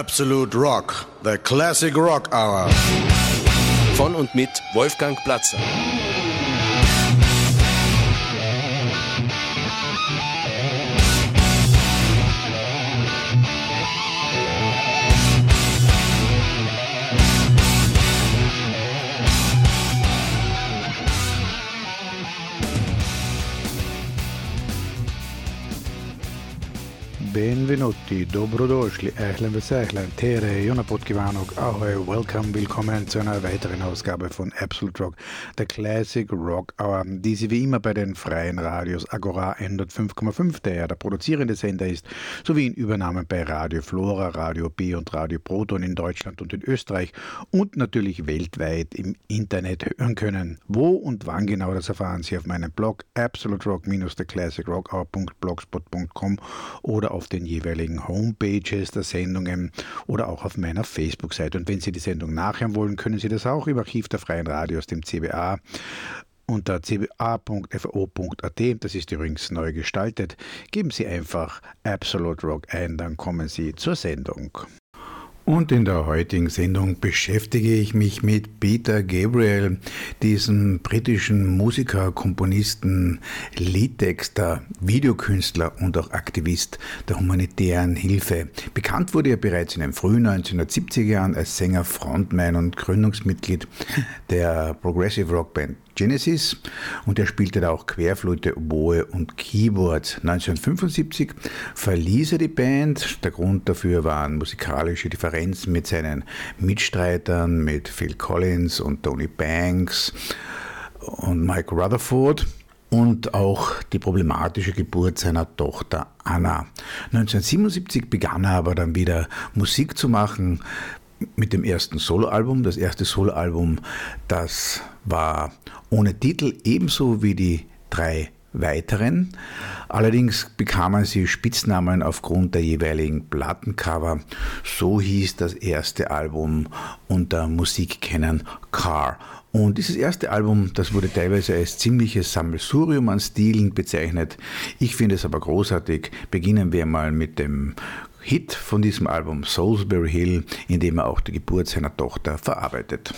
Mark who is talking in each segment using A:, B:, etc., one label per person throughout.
A: Absolute Rock, the Classic Rock Hour.
B: Von und mit Wolfgang Platzer.
C: Benvenuti, dobrodošli, ahlan vesahlan, tere, jonapot kivanog, ahoi, welcome, willkommen zu einer weiteren Ausgabe von Absolute Rock, der Classic Rock Hour, die Sie wie immer bei den freien Radios Agora 105,5, der ja der produzierende Sender ist, sowie in Übernahmen bei Radio Flora, Radio B und Radio Proton in Deutschland und in Österreich und natürlich weltweit im Internet hören können. Wo und wann genau, das erfahren Sie auf meinem Blog absoluterock-theclassicrockhour.blogspot.com oder auf den jeweiligen Homepages der Sendungen oder auch auf meiner Facebook-Seite. Und wenn Sie die Sendung nachhören wollen, können Sie das auch im Archiv der Freien Radios, dem CBA, unter cba.fo.at, das ist übrigens neu gestaltet. Geben Sie einfach Absolute Rock ein, dann kommen Sie zur Sendung. Und in der heutigen Sendung beschäftige ich mich mit Peter Gabriel, diesem britischen Musiker, Komponisten, Liedtexter, Videokünstler und auch Aktivist der humanitären Hilfe. Bekannt wurde er bereits in den frühen 1970er Jahren als Sänger, Frontman und Gründungsmitglied der Progressive Rockband Genesis, und er spielte da auch Querflöte, Oboe und Keyboard. 1975 verließ er die Band. Der Grund dafür waren musikalische Differenzen mit seinen Mitstreitern, mit Phil Collins und Tony Banks und Mike Rutherford, und auch die problematische Geburt seiner Tochter Anna. 1977 begann er aber dann wieder Musik zu machen mit dem ersten Soloalbum. Das erste Soloalbum, das war ohne Titel, ebenso wie die 3 weiteren. Allerdings bekamen sie Spitznamen aufgrund der jeweiligen Plattencover. So hieß das erste Album unter Musikkennern Car. Und dieses erste Album, das wurde teilweise als ziemliches Sammelsurium an Stilen bezeichnet. Ich finde es aber großartig. Beginnen wir mal mit dem Hit von diesem Album, Salisbury Hill, in dem er auch die Geburt seiner Tochter verarbeitet.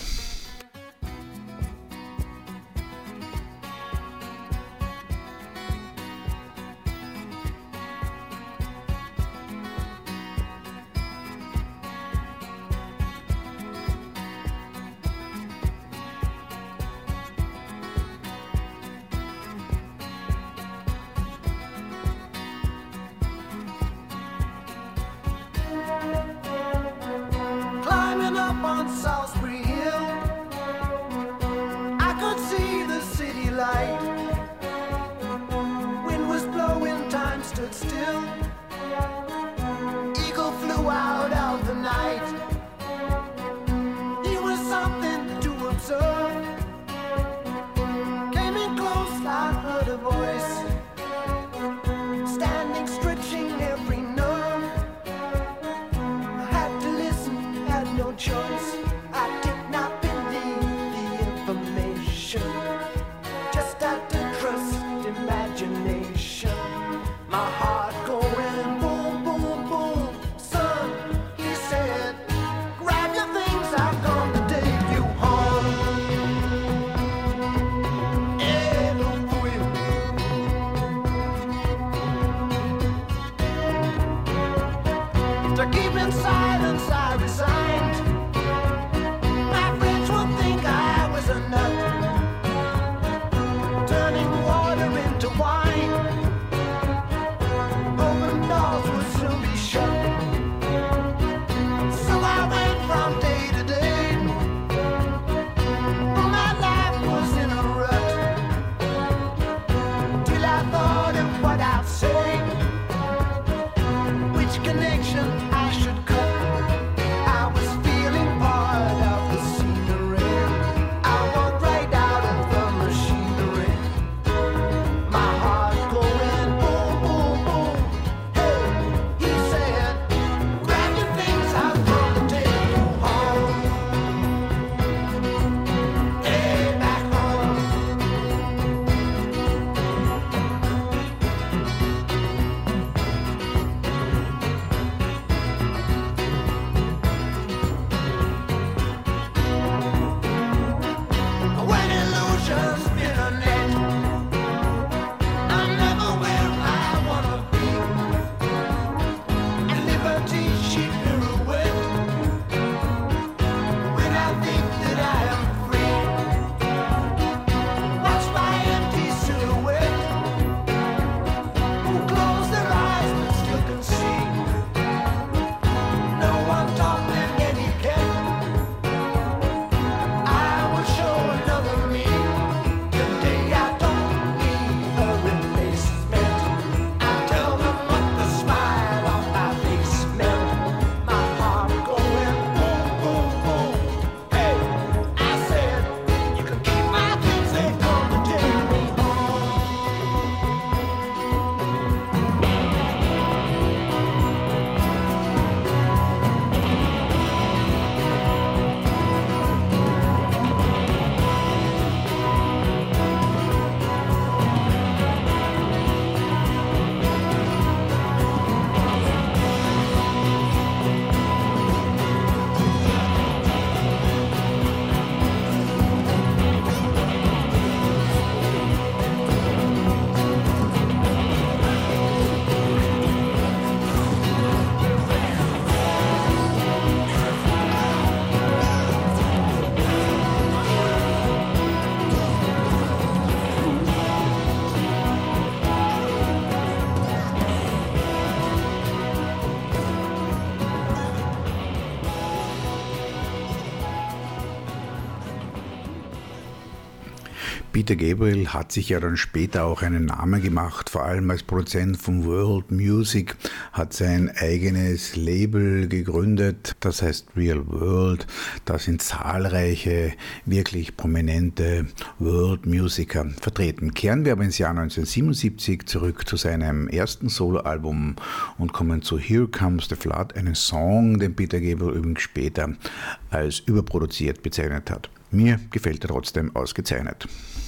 D: Connection I should cut.
C: Peter Gabriel hat sich ja dann später auch einen Namen gemacht, vor allem als Produzent von World Music, hat sein eigenes Label gegründet, das heißt Real World. Da sind zahlreiche, wirklich prominente World Musiker vertreten. Kehren wir aber ins Jahr 1977 zurück zu seinem ersten Soloalbum und kommen zu Here Comes the Flood, einen Song, den Peter Gabriel übrigens später als überproduziert bezeichnet hat. Mir gefällt er trotzdem ausgezeichnet.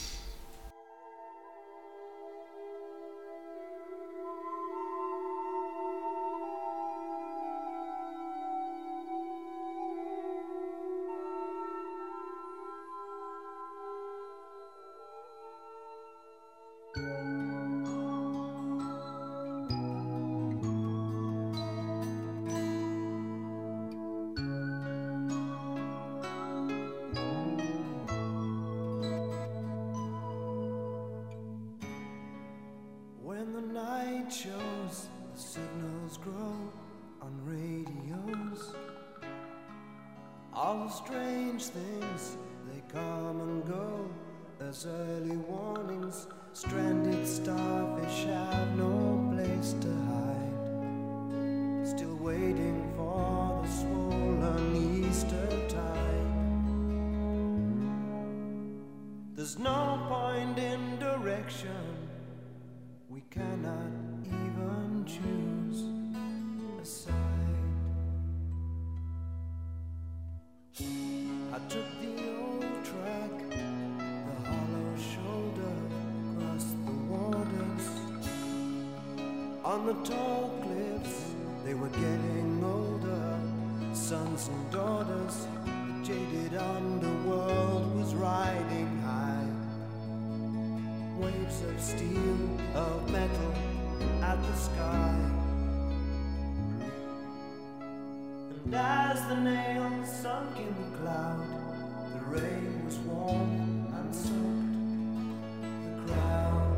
D: There's no point in direction. We cannot even choose a side. I took the old track, the hollow shoulder across the waters. On the tall cliffs, they were getting older, sons and daughters. The jaded underworld was riding high. Waves of steel, of metal at the sky. And as the nails sunk in the cloud, the rain was warm and soaked the crowd.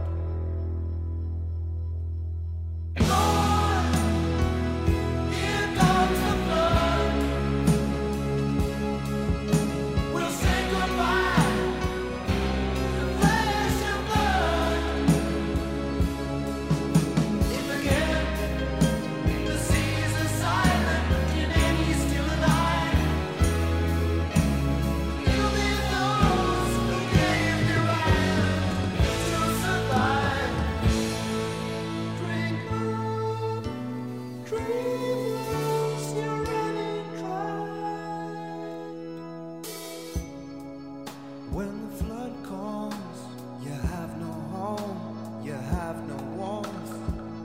D: Lord, here comes the flood. We'll say goodbye to flesh and blood. If again the seas are silent and any still alive, you'll be those who gave their island to survive. Drink up, dreamless, you're running dry. When the flood comes, you have no home, you have no warmth.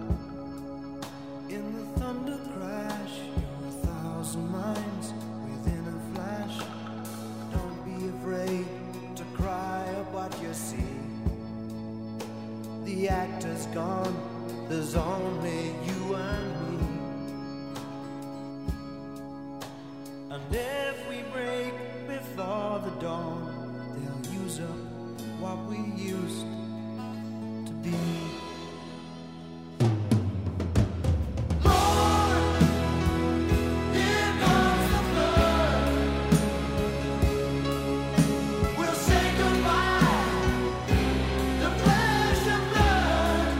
D: In the thunder crash, you're 1,000 miles within a flash. Don't be afraid to cry at what you see. The actor's gone, there's only you and me. And if we break before the dawn, they'll use up what we used to be. Lord, here comes the flood. We'll say goodbye to flesh and blood.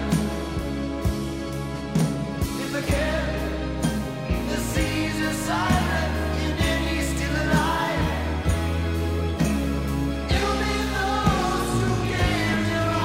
D: If again the seas are silent and any still alive, you'll be those who gave their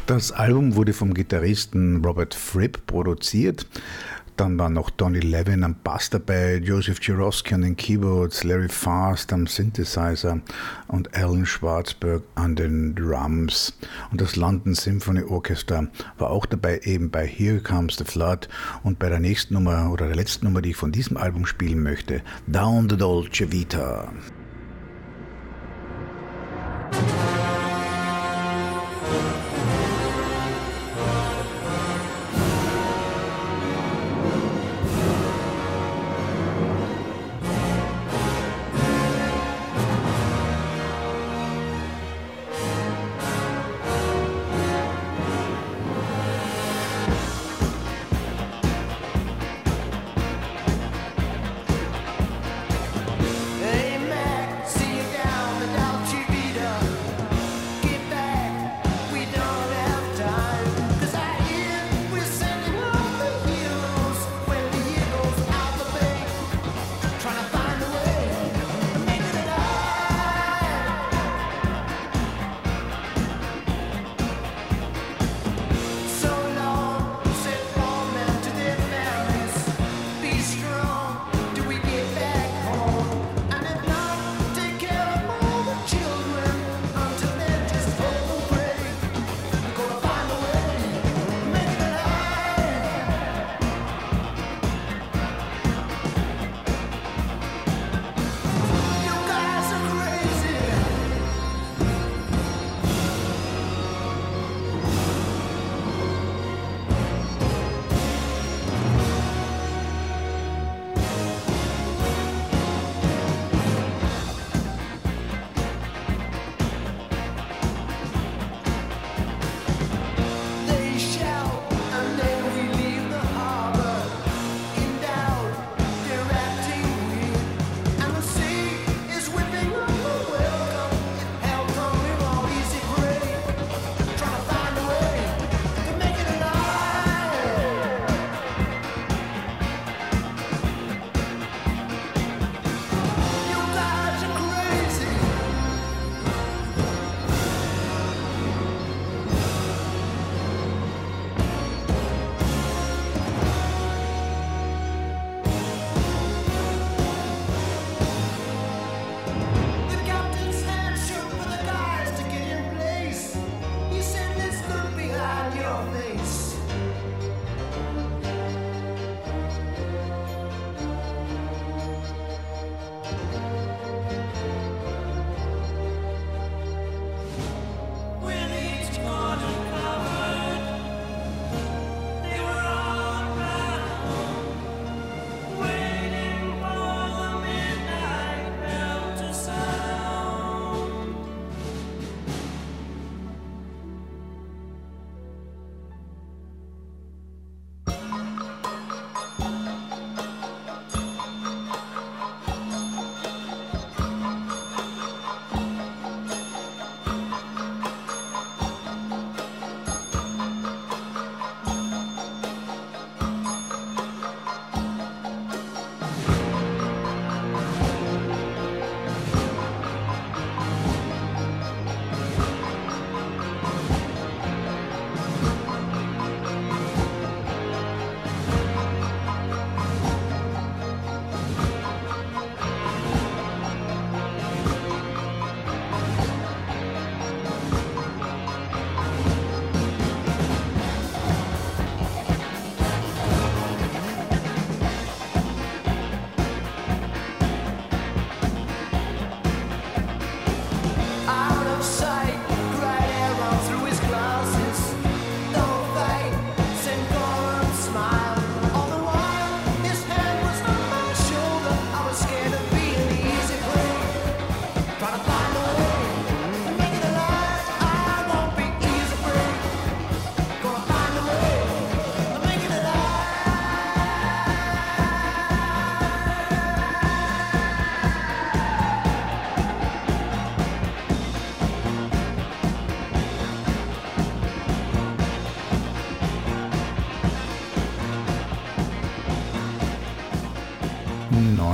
C: Das Album wurde vom Gitarristen Robert Fripp produziert. Dann war noch Donny Levin am Bass dabei, Joseph Jirosky an den Keyboards, Larry Fast am Synthesizer und Alan Schwartzberg an den Drums. Und das London Symphony Orchestra war auch dabei, eben bei Here Comes the Flood und bei der nächsten Nummer oder der letzten Nummer, die ich von diesem Album spielen möchte, Down the Dolce Vita.
D: Amen.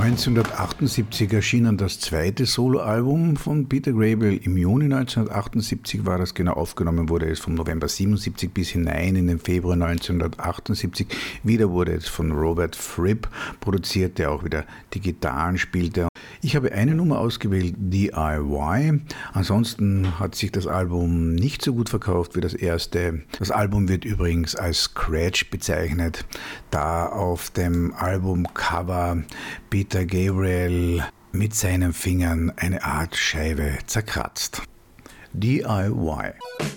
C: 1978 erschien dann das zweite Soloalbum von Peter Gabriel. Im Juni 1978 war das genau aufgenommen, wurde es vom November 77 bis hinein in den Februar 1978. Wieder wurde es von Robert Fripp produziert, der auch wieder die Gitarren spielte. Ich habe eine Nummer ausgewählt, DIY. Ansonsten hat sich das Album nicht so gut verkauft wie das erste. Das Album wird übrigens als Scratch bezeichnet, da auf dem Albumcover Peter Gabriel mit seinen Fingern eine Art Scheibe zerkratzt. DIY.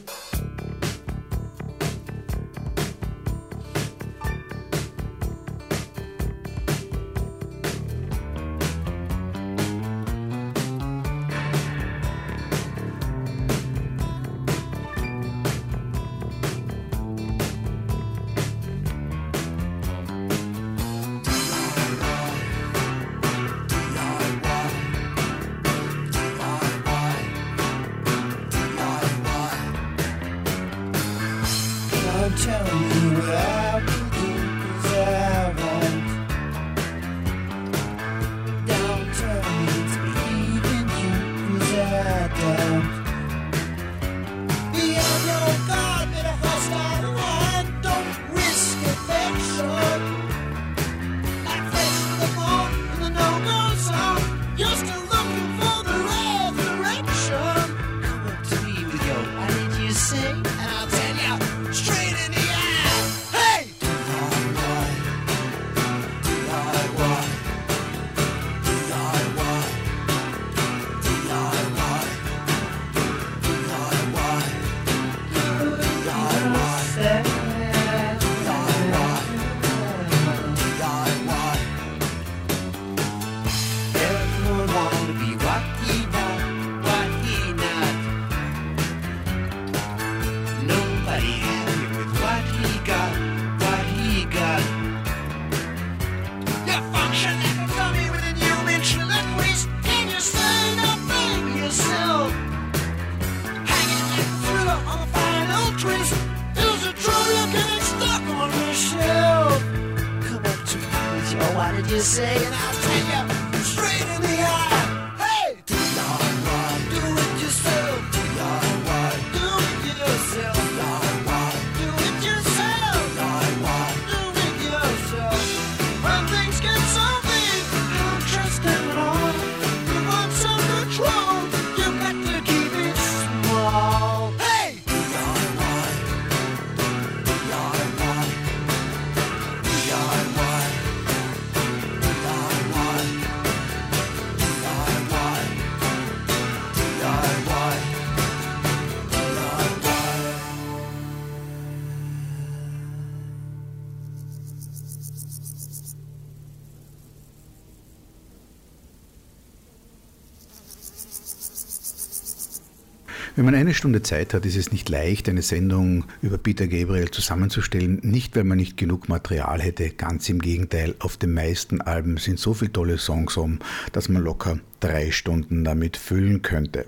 C: Wenn man eine Stunde Zeit hat, ist es nicht leicht, eine Sendung über Peter Gabriel zusammenzustellen. Nicht, weil man nicht genug Material hätte, ganz im Gegenteil. Auf den meisten Alben sind so viele tolle Songs dass man locker 3 Stunden damit füllen könnte.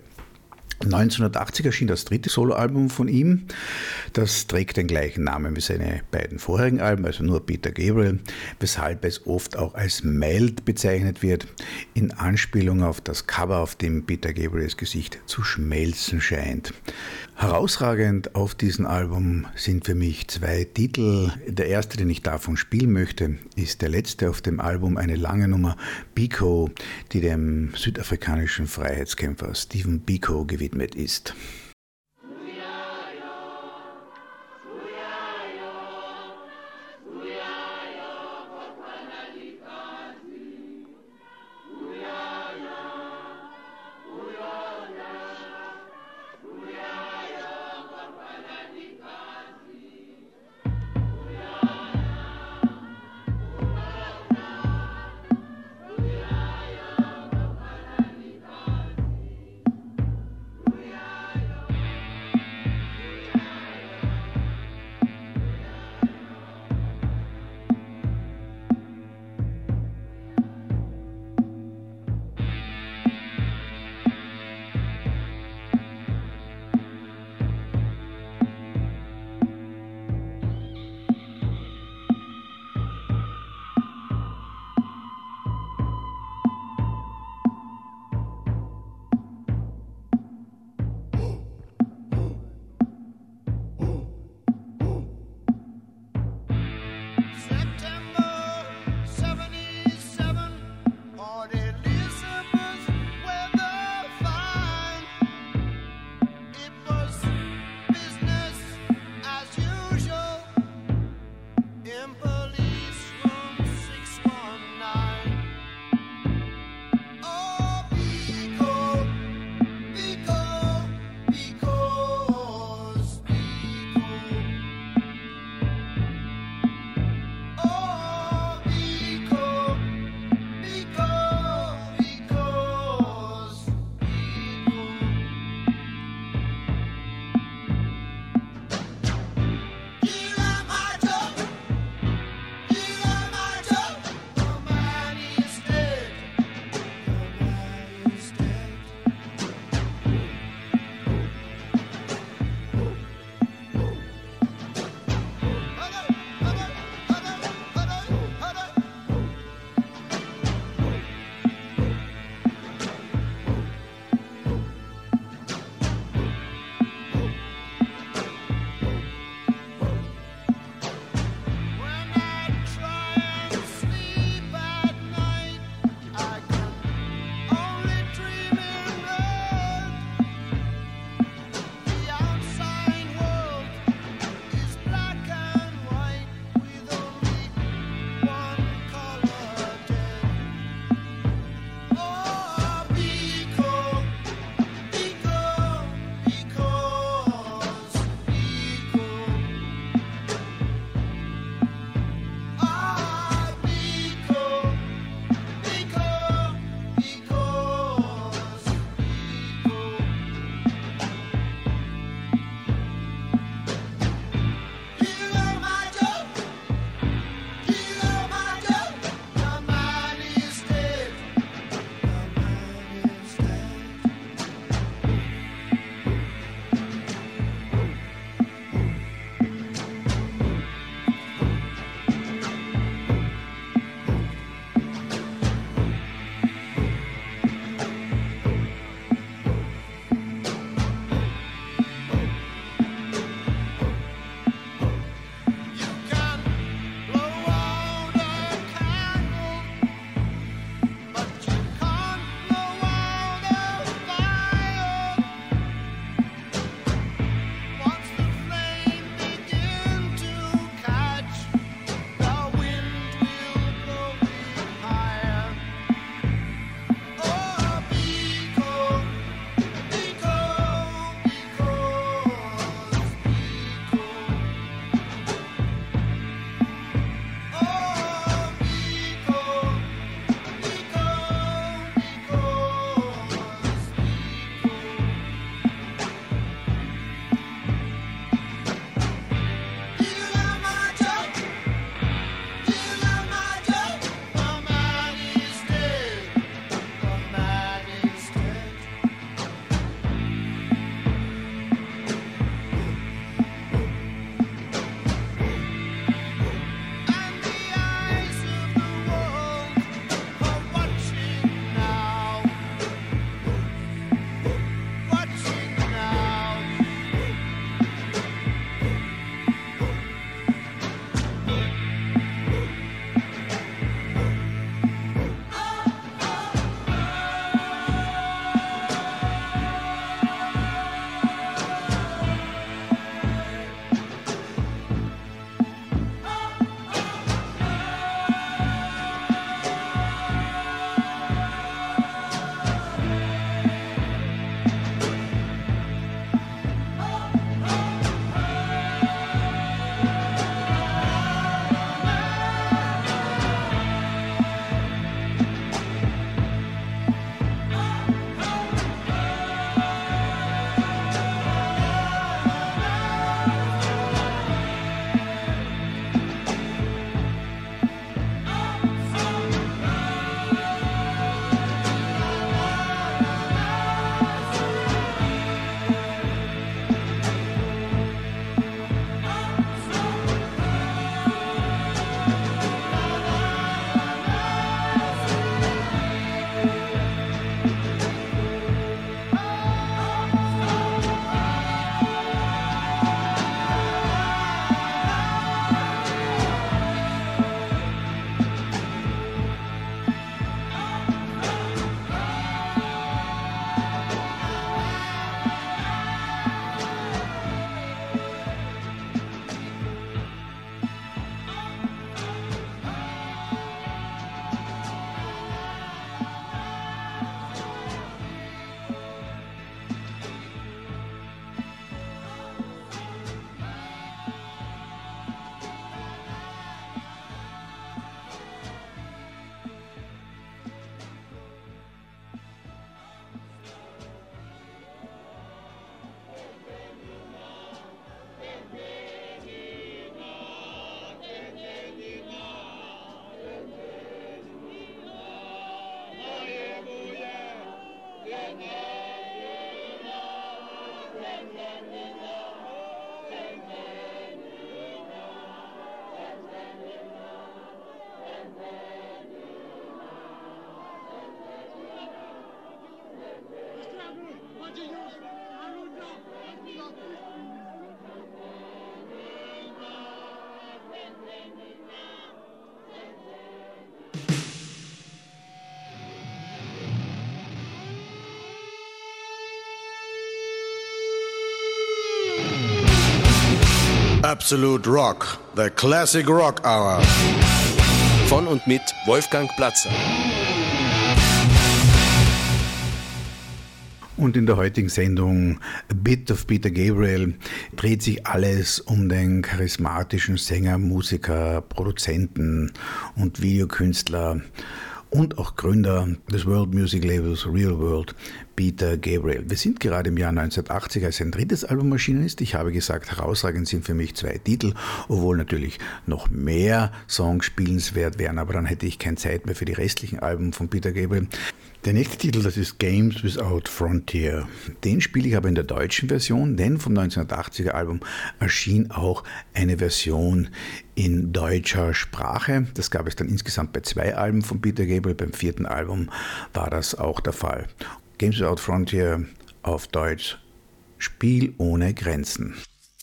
C: 1980 erschien das dritte Soloalbum von ihm. Das trägt den gleichen Namen wie seine beiden vorherigen Alben, also nur Peter Gabriel, weshalb es oft auch als Melt bezeichnet wird, in Anspielung auf das Cover, auf dem Peter Gabriels Gesicht zu schmelzen scheint. Herausragend auf diesem Album sind für mich 2 Titel. Der erste, den ich davon spielen möchte, ist der letzte auf dem Album, eine lange Nummer, Biko, die dem südafrikanischen Freiheitskämpfer Stephen Biko gewidmet ist.
E: Yeah.
A: Absolute Rock, the Classic Rock Hour.
B: Von und mit Wolfgang Platzer.
C: Und in der heutigen Sendung A Bit of Peter Gabriel dreht sich alles um den charismatischen Sänger, Musiker, Produzenten und Videokünstler und auch Gründer des World Music Labels Real World, Peter Gabriel. Wir sind gerade im Jahr 1980, als sein drittes Album erschienen ist. Ich habe gesagt, herausragend sind für mich 2 Titel, obwohl natürlich noch mehr Songs spielenswert wären, aber dann hätte ich keine Zeit mehr für die restlichen Alben von Peter Gabriel. Der nächste Titel, das ist Games Without Frontier. Den spiele ich aber in der deutschen Version, denn vom 1980er Album erschien auch eine Version in deutscher Sprache. Das gab es dann insgesamt bei 2 Alben von Peter Gabriel. Beim 4. Album war das auch der Fall. Games Without Frontier auf Deutsch, Spiel ohne Grenzen.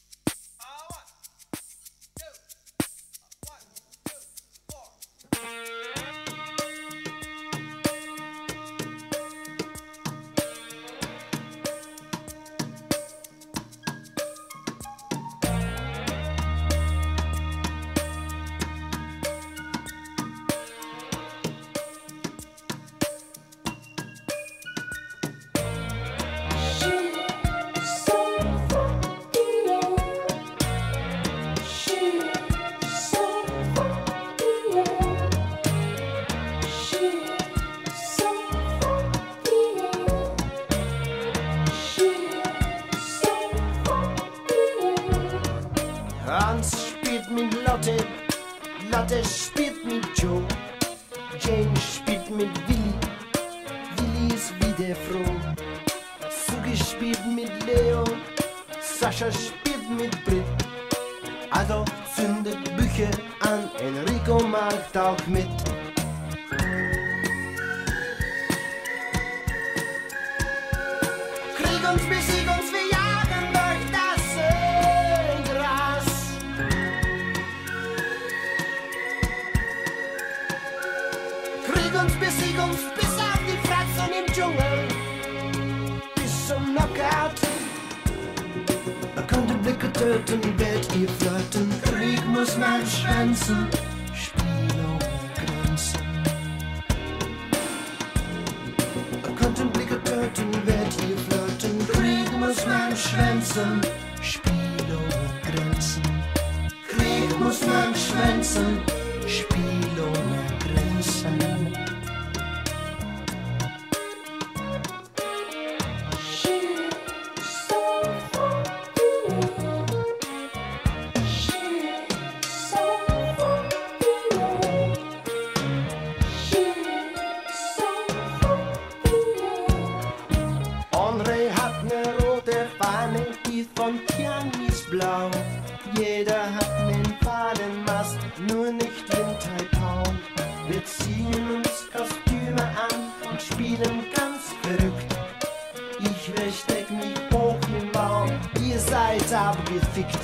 D: Hans spielt mit Lotte, Lotte spielt mit Joe, Jane spielt mit Willi, Willi ist wieder froh. Sugi spielt mit Leo, Sascha spielt mit Brit. Also zündet Bücher an, Enrico macht auch mit. Krieg uns, besieg uns, wir jagen durch das Gras. Krieg uns, besieg uns, bis auf die Fratzen im Dschungel, bis zum Knockout. Konnte Blicke töten, werdet ihr flirten, Krieg muss man schwänzen, Spiel ohne Grenzen. Konnte Blicke töten, werdet ihr flirten, Krieg muss man schwänzen, Spiel ohne Grenzen. Krieg muss man schwänzen, Spiel ohne Grenzen. André hat ne rote Fahne, die von Tian ist blau. Jeder hat nen Fadenmast, nur nicht Windteitau. Wir ziehen uns Kostüme an und spielen ganz verrückt. Ich versteck mich hoch im Baum, ihr seid aber gefickt.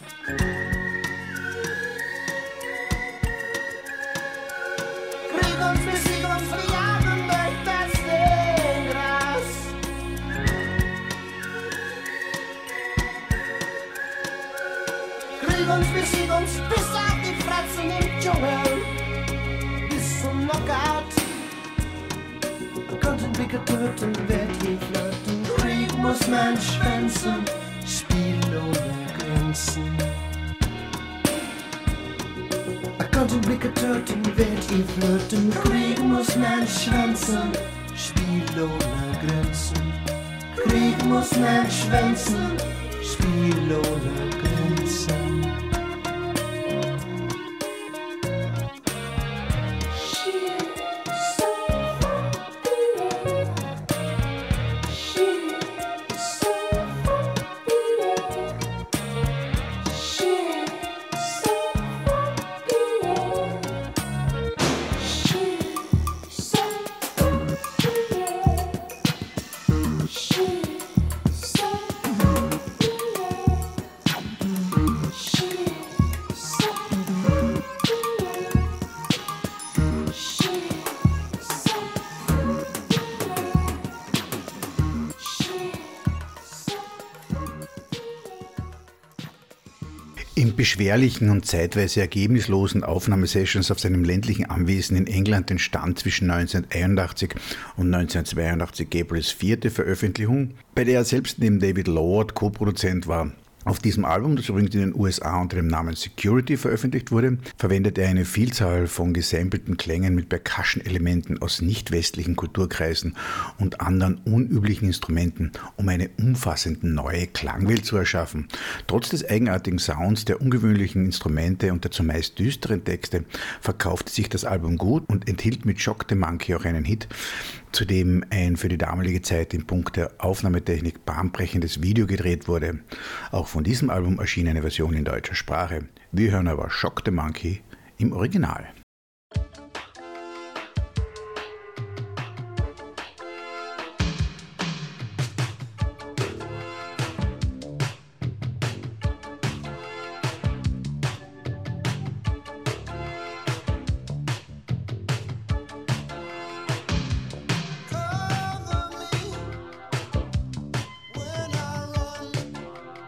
D: Krieg uns, besieg uns, wir jagen durch das Gras. Krieg uns, besieg uns, bis auf die Fratzen im Dschungel, bis zum Knockout. Konnten Blicke töten, werdet ihr flirten, Krieg muss man schwänzen, Spiel ohne Grenzen. Konnten Blicke töten, werdet ihr flirten, Krieg muss man schwänzen, Spiel ohne Grenzen. Krieg muss man schwänzen, Spiel ohne Grenzen.
C: In beschwerlichen und zeitweise ergebnislosen Aufnahmesessions auf seinem ländlichen Anwesen in England entstand zwischen 1981 und 1982 Gabriels 4. Veröffentlichung, bei der er selbst neben David Lord Co-Produzent war. Auf diesem Album, das übrigens in den USA unter dem Namen Security veröffentlicht wurde, verwendet er eine Vielzahl von gesamplten Klängen mit Percussion-Elementen aus nicht-westlichen Kulturkreisen und anderen unüblichen Instrumenten, um eine umfassende neue Klangwelt zu erschaffen. Trotz des eigenartigen Sounds, der ungewöhnlichen Instrumente und der zumeist düsteren Texte verkaufte sich das Album gut und enthielt mit Shock the Monkey auch einen Hit, zu dem ein für die damalige Zeit in Punkt der Aufnahmetechnik bahnbrechendes Video gedreht wurde. Auch von diesem Album erschien eine Version in deutscher Sprache. Wir hören aber Shock the Monkey im Original.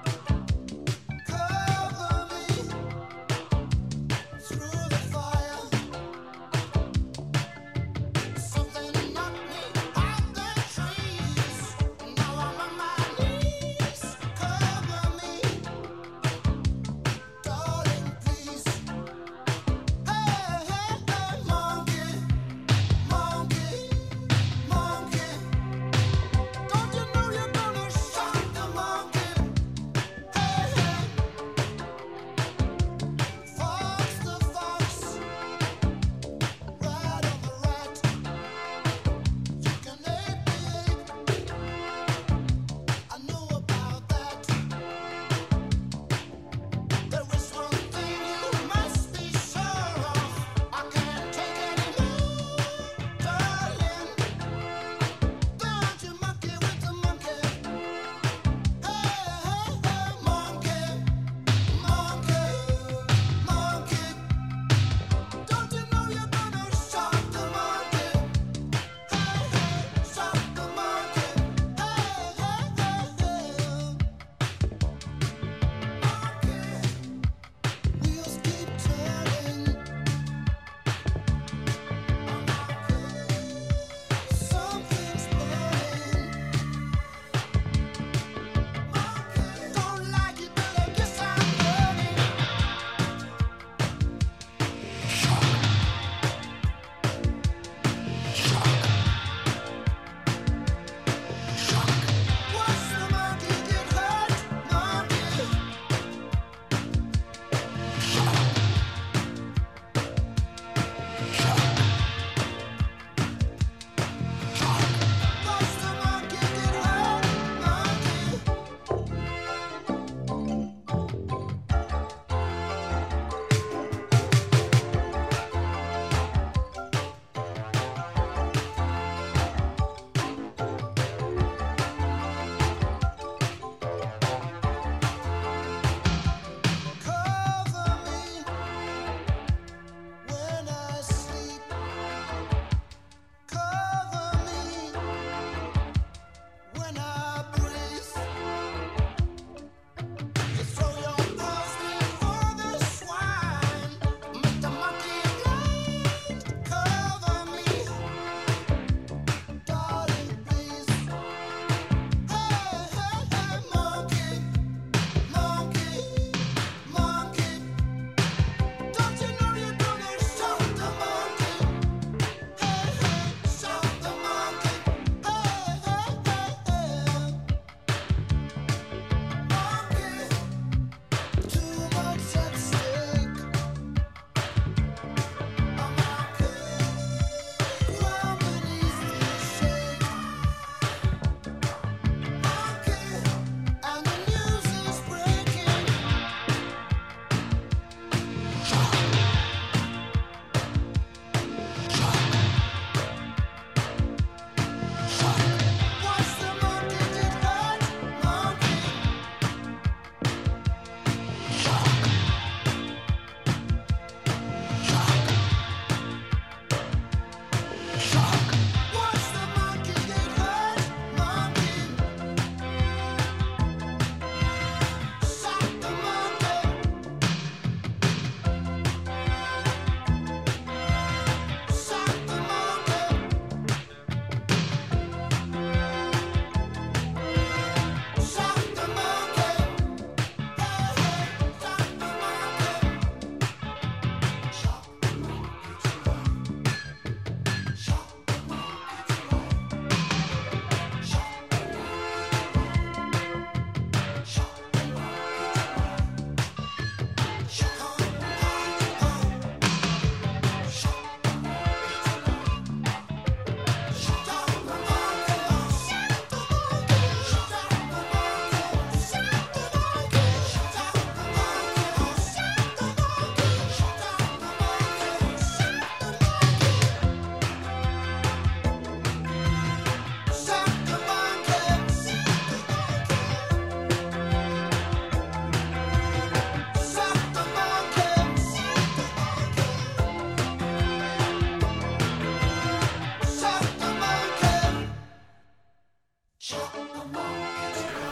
D: Through the fire.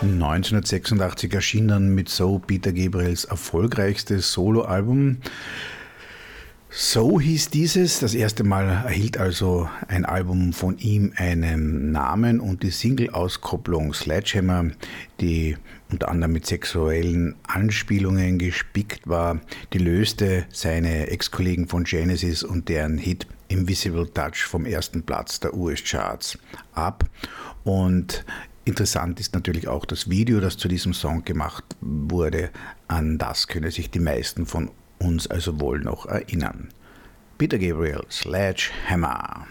C: 1986 erschien dann mit So Peter Gabriels erfolgreichstes Soloalbum. So hieß dieses. Das erste Mal erhielt also ein Album von ihm einen Namen und die Single-Auskopplung Sledgehammer, die unter anderem mit sexuellen Anspielungen gespickt war, die löste seine Ex-Kollegen von Genesis und deren Hit Invisible Touch vom ersten Platz der US-Charts ab. Und interessant ist natürlich auch das Video, das zu diesem Song gemacht wurde. An das können sich die meisten von uns also wohl noch erinnern. Peter Gabriel, Sledgehammer.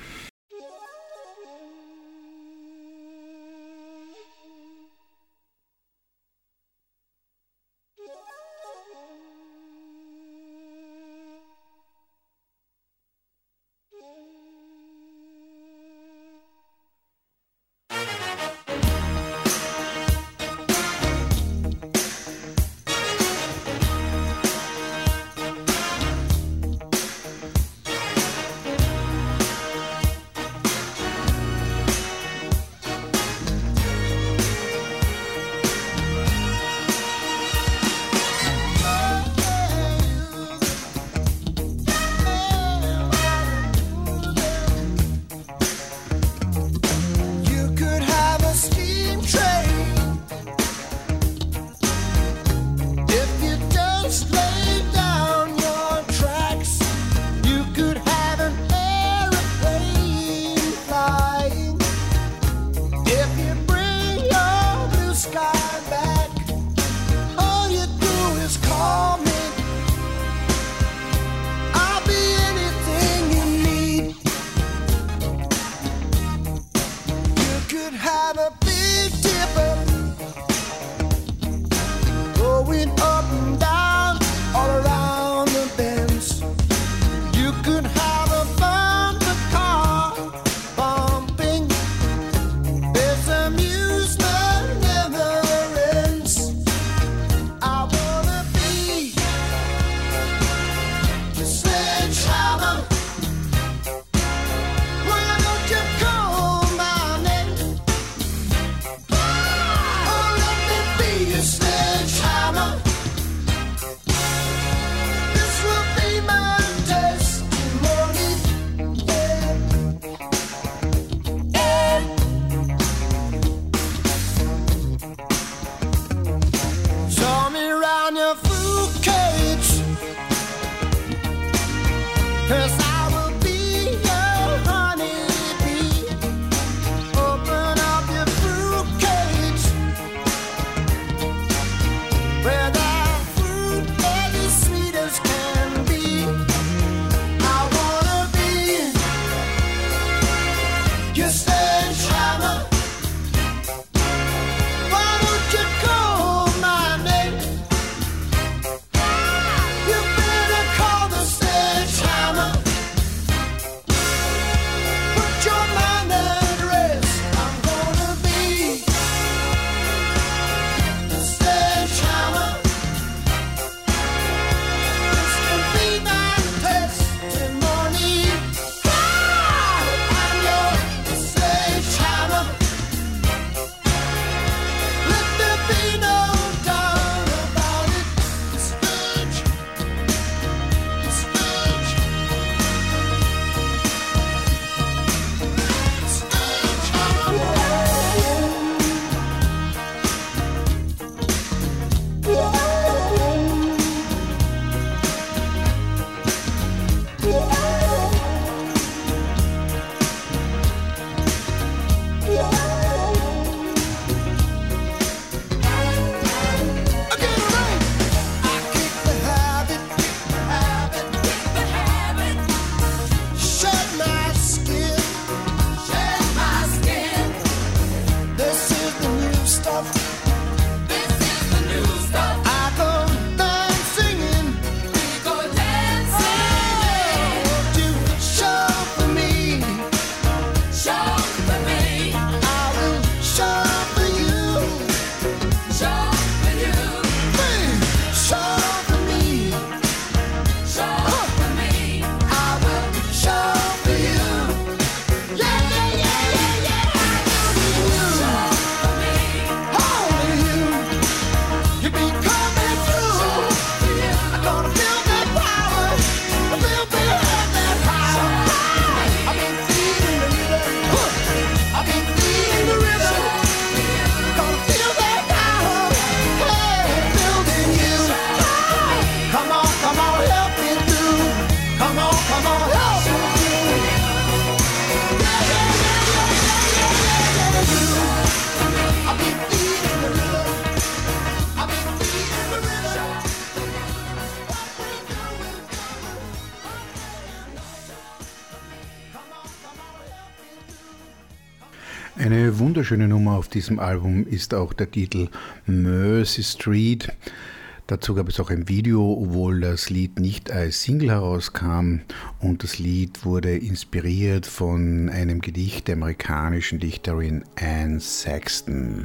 C: Eine wunderschöne Nummer auf diesem Album ist auch der Titel Mercy Street. Dazu gab es auch ein Video, obwohl das Lied nicht als Single herauskam, und das Lied wurde inspiriert von einem Gedicht der amerikanischen Dichterin Anne Sexton.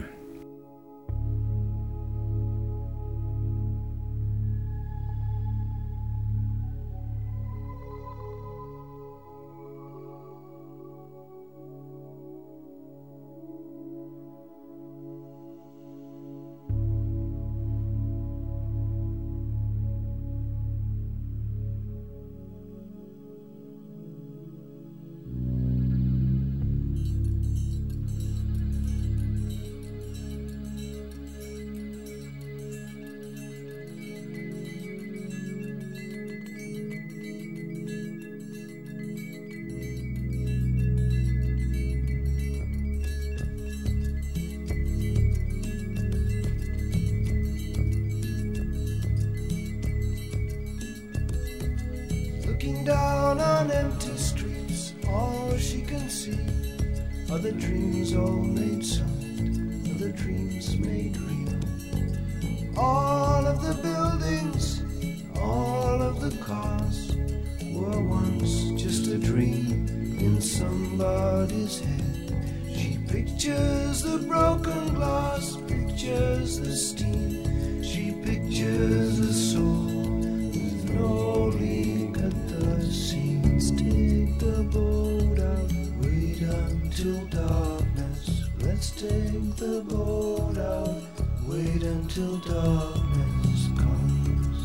D: Looking down on empty streets, all she can see are the dreams all made solid, are the dreams made real. All of the buildings, all of the cars were once just a dream in somebody's head. She pictures the broken glass, pictures the steam, she pictures a soul with no leak at the seams. Take the boat out, wait until darkness. Let's take the boat out, wait until darkness comes.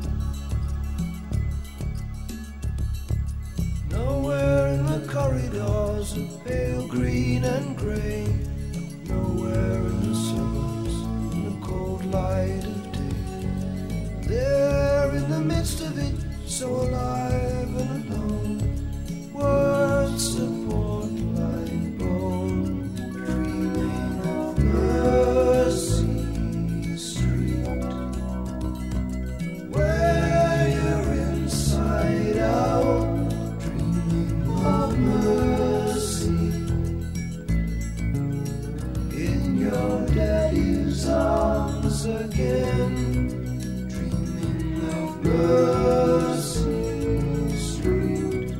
D: Nowhere in the corridors of pale green and grey, nowhere in the suburbs in the cold light of day. There in the midst of it, so alive and alone, words support like bone, dreaming of Mercy Street, where you're inside out, dreaming of mercy, in your daddy's arms again, dreaming of Mercy Street.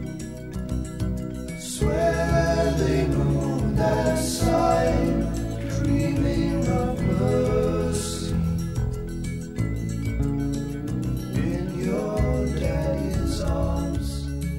D: Swear they moved that sign, dreaming of mercy, in your daddy's arms.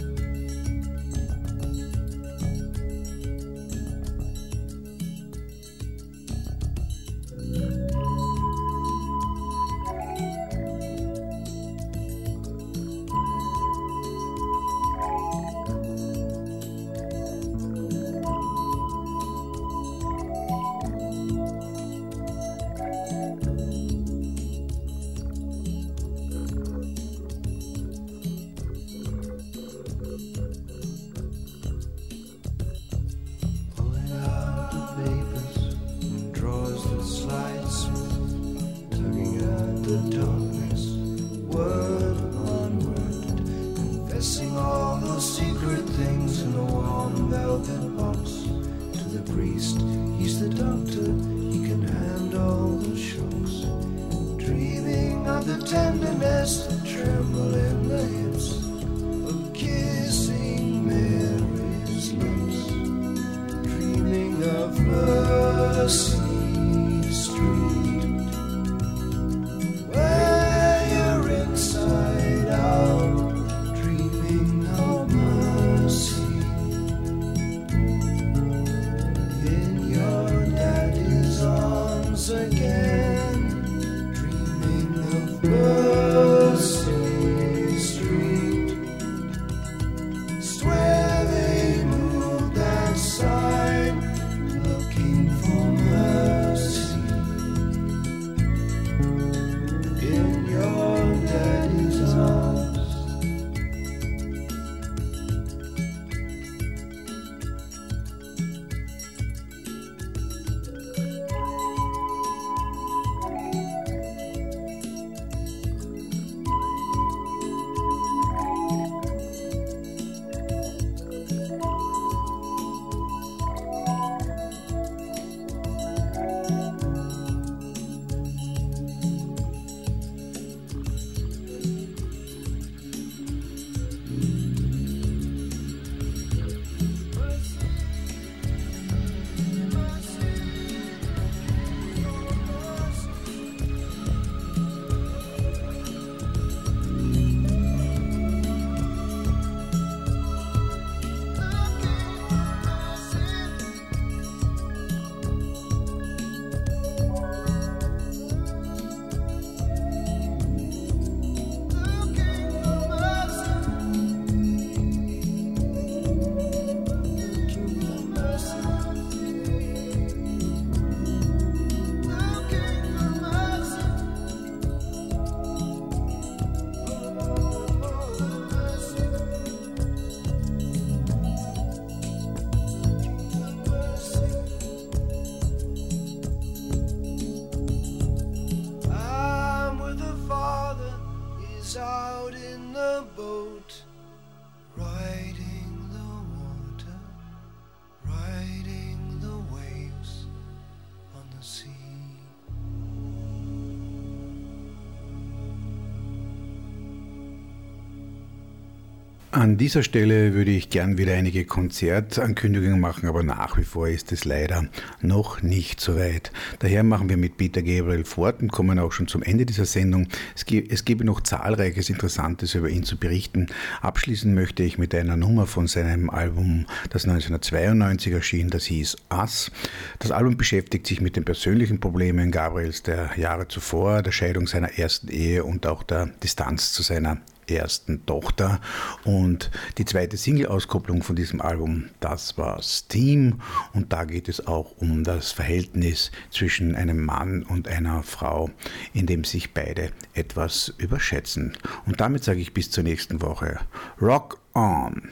D: Pulling out the papers and drawers that slide smooth, tugging at the darkness, word upon word, confessing all those secret things in a warm velvet box. To the priest, he's the doctor, he can handle the shocks. Dreaming of the tenderness that tremble in the hips, of kissing Mary's lips, dreaming of Mercy Street, where you're inside out, dreaming of mercy, in your daddy's arms again, dreaming of Mercy Street. Swear they moved that sign, looking for mercy. out in the boat, riding the water, riding the waves on the sea.
C: An dieser Stelle würde ich gern wieder einige Konzertankündigungen machen, aber nach wie vor ist es leider noch nicht so weit. Daher machen wir mit Peter Gabriel fort und kommen auch schon zum Ende dieser Sendung. Es gäbe noch zahlreiches Interessantes über ihn zu berichten. Abschließen möchte ich mit einer Nummer von seinem Album, das 1992 erschien, das hieß Us. Das Album beschäftigt sich mit den persönlichen Problemen Gabriels der Jahre zuvor, der Scheidung seiner ersten Ehe und auch der Distanz zu seiner ersten Tochter. Und die zweite Single-Auskopplung von diesem Album, das war Steam, und da geht es auch um das Verhältnis zwischen einem Mann und einer Frau, in dem sich beide etwas überschätzen. Und damit sage ich bis zur nächsten Woche. Rock on!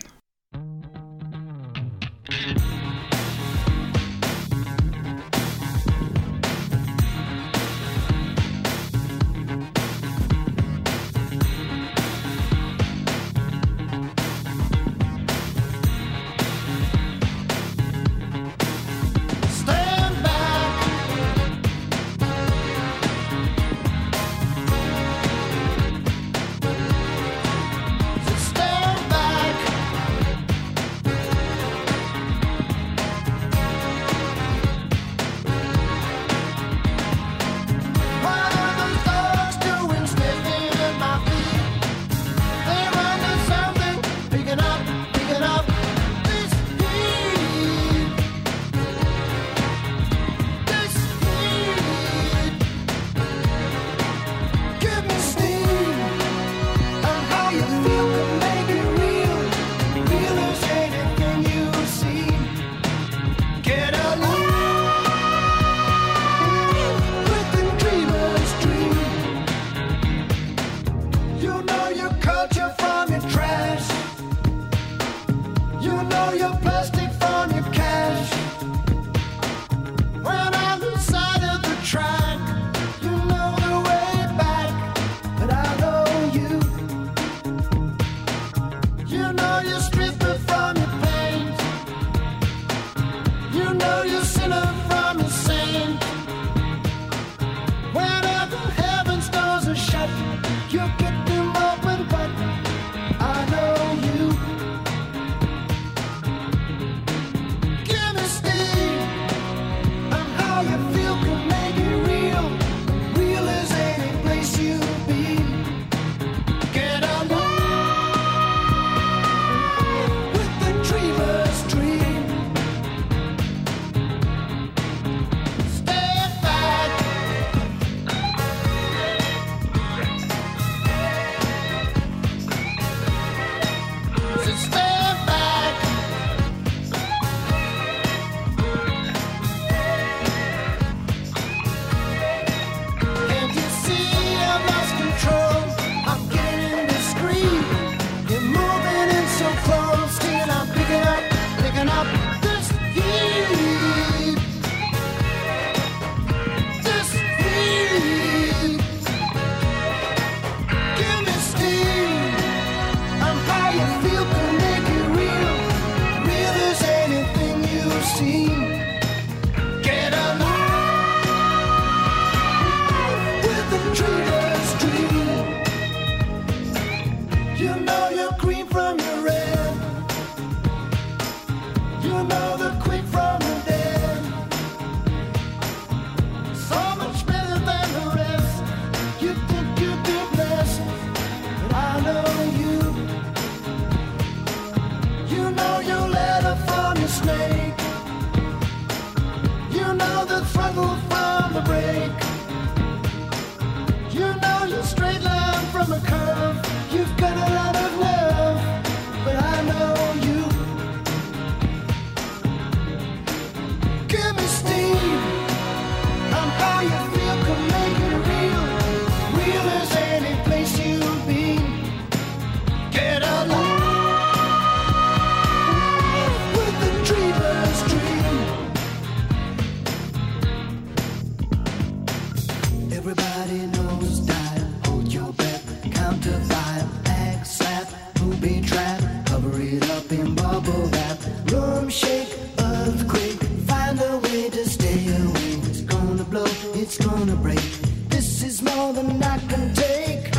D: tremble, that room shake, earthquake. Find a way to stay away. It's gonna blow, it's gonna break. This is more than I can take.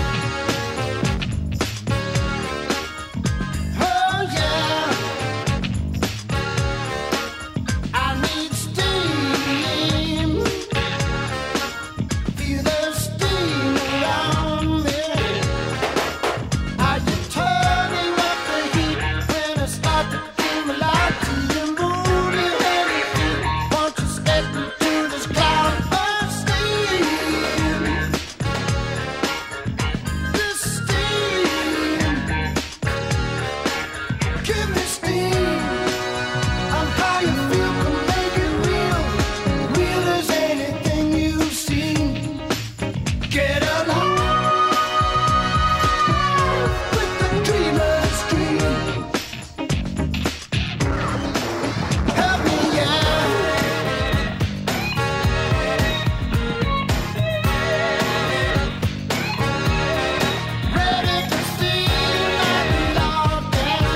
D: Oh yeah, I need steam. Feel the steam around me. Are you turning up the heat when I start to feel my life to the moon and everything? Won't you step into this cloud of steam? This steam, give me steam. I'm how you feel, can make it real, real as anything you've seen. Get along with the dreamer's dream. Help me, yeah. Ready to see my Lord down.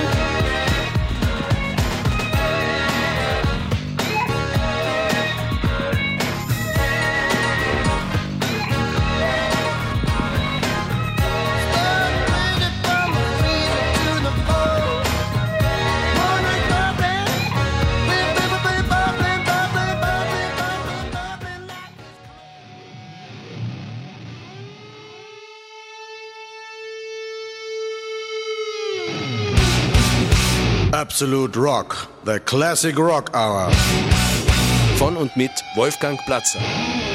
D: Ready from the freezer to the pole. Morning bubbling, bubbling, bubbling, bubbling, bubbling, bubbling, bubbling like.
A: Absolute Rock, the classic rock hour.
B: Von und mit Wolfgang Platzer.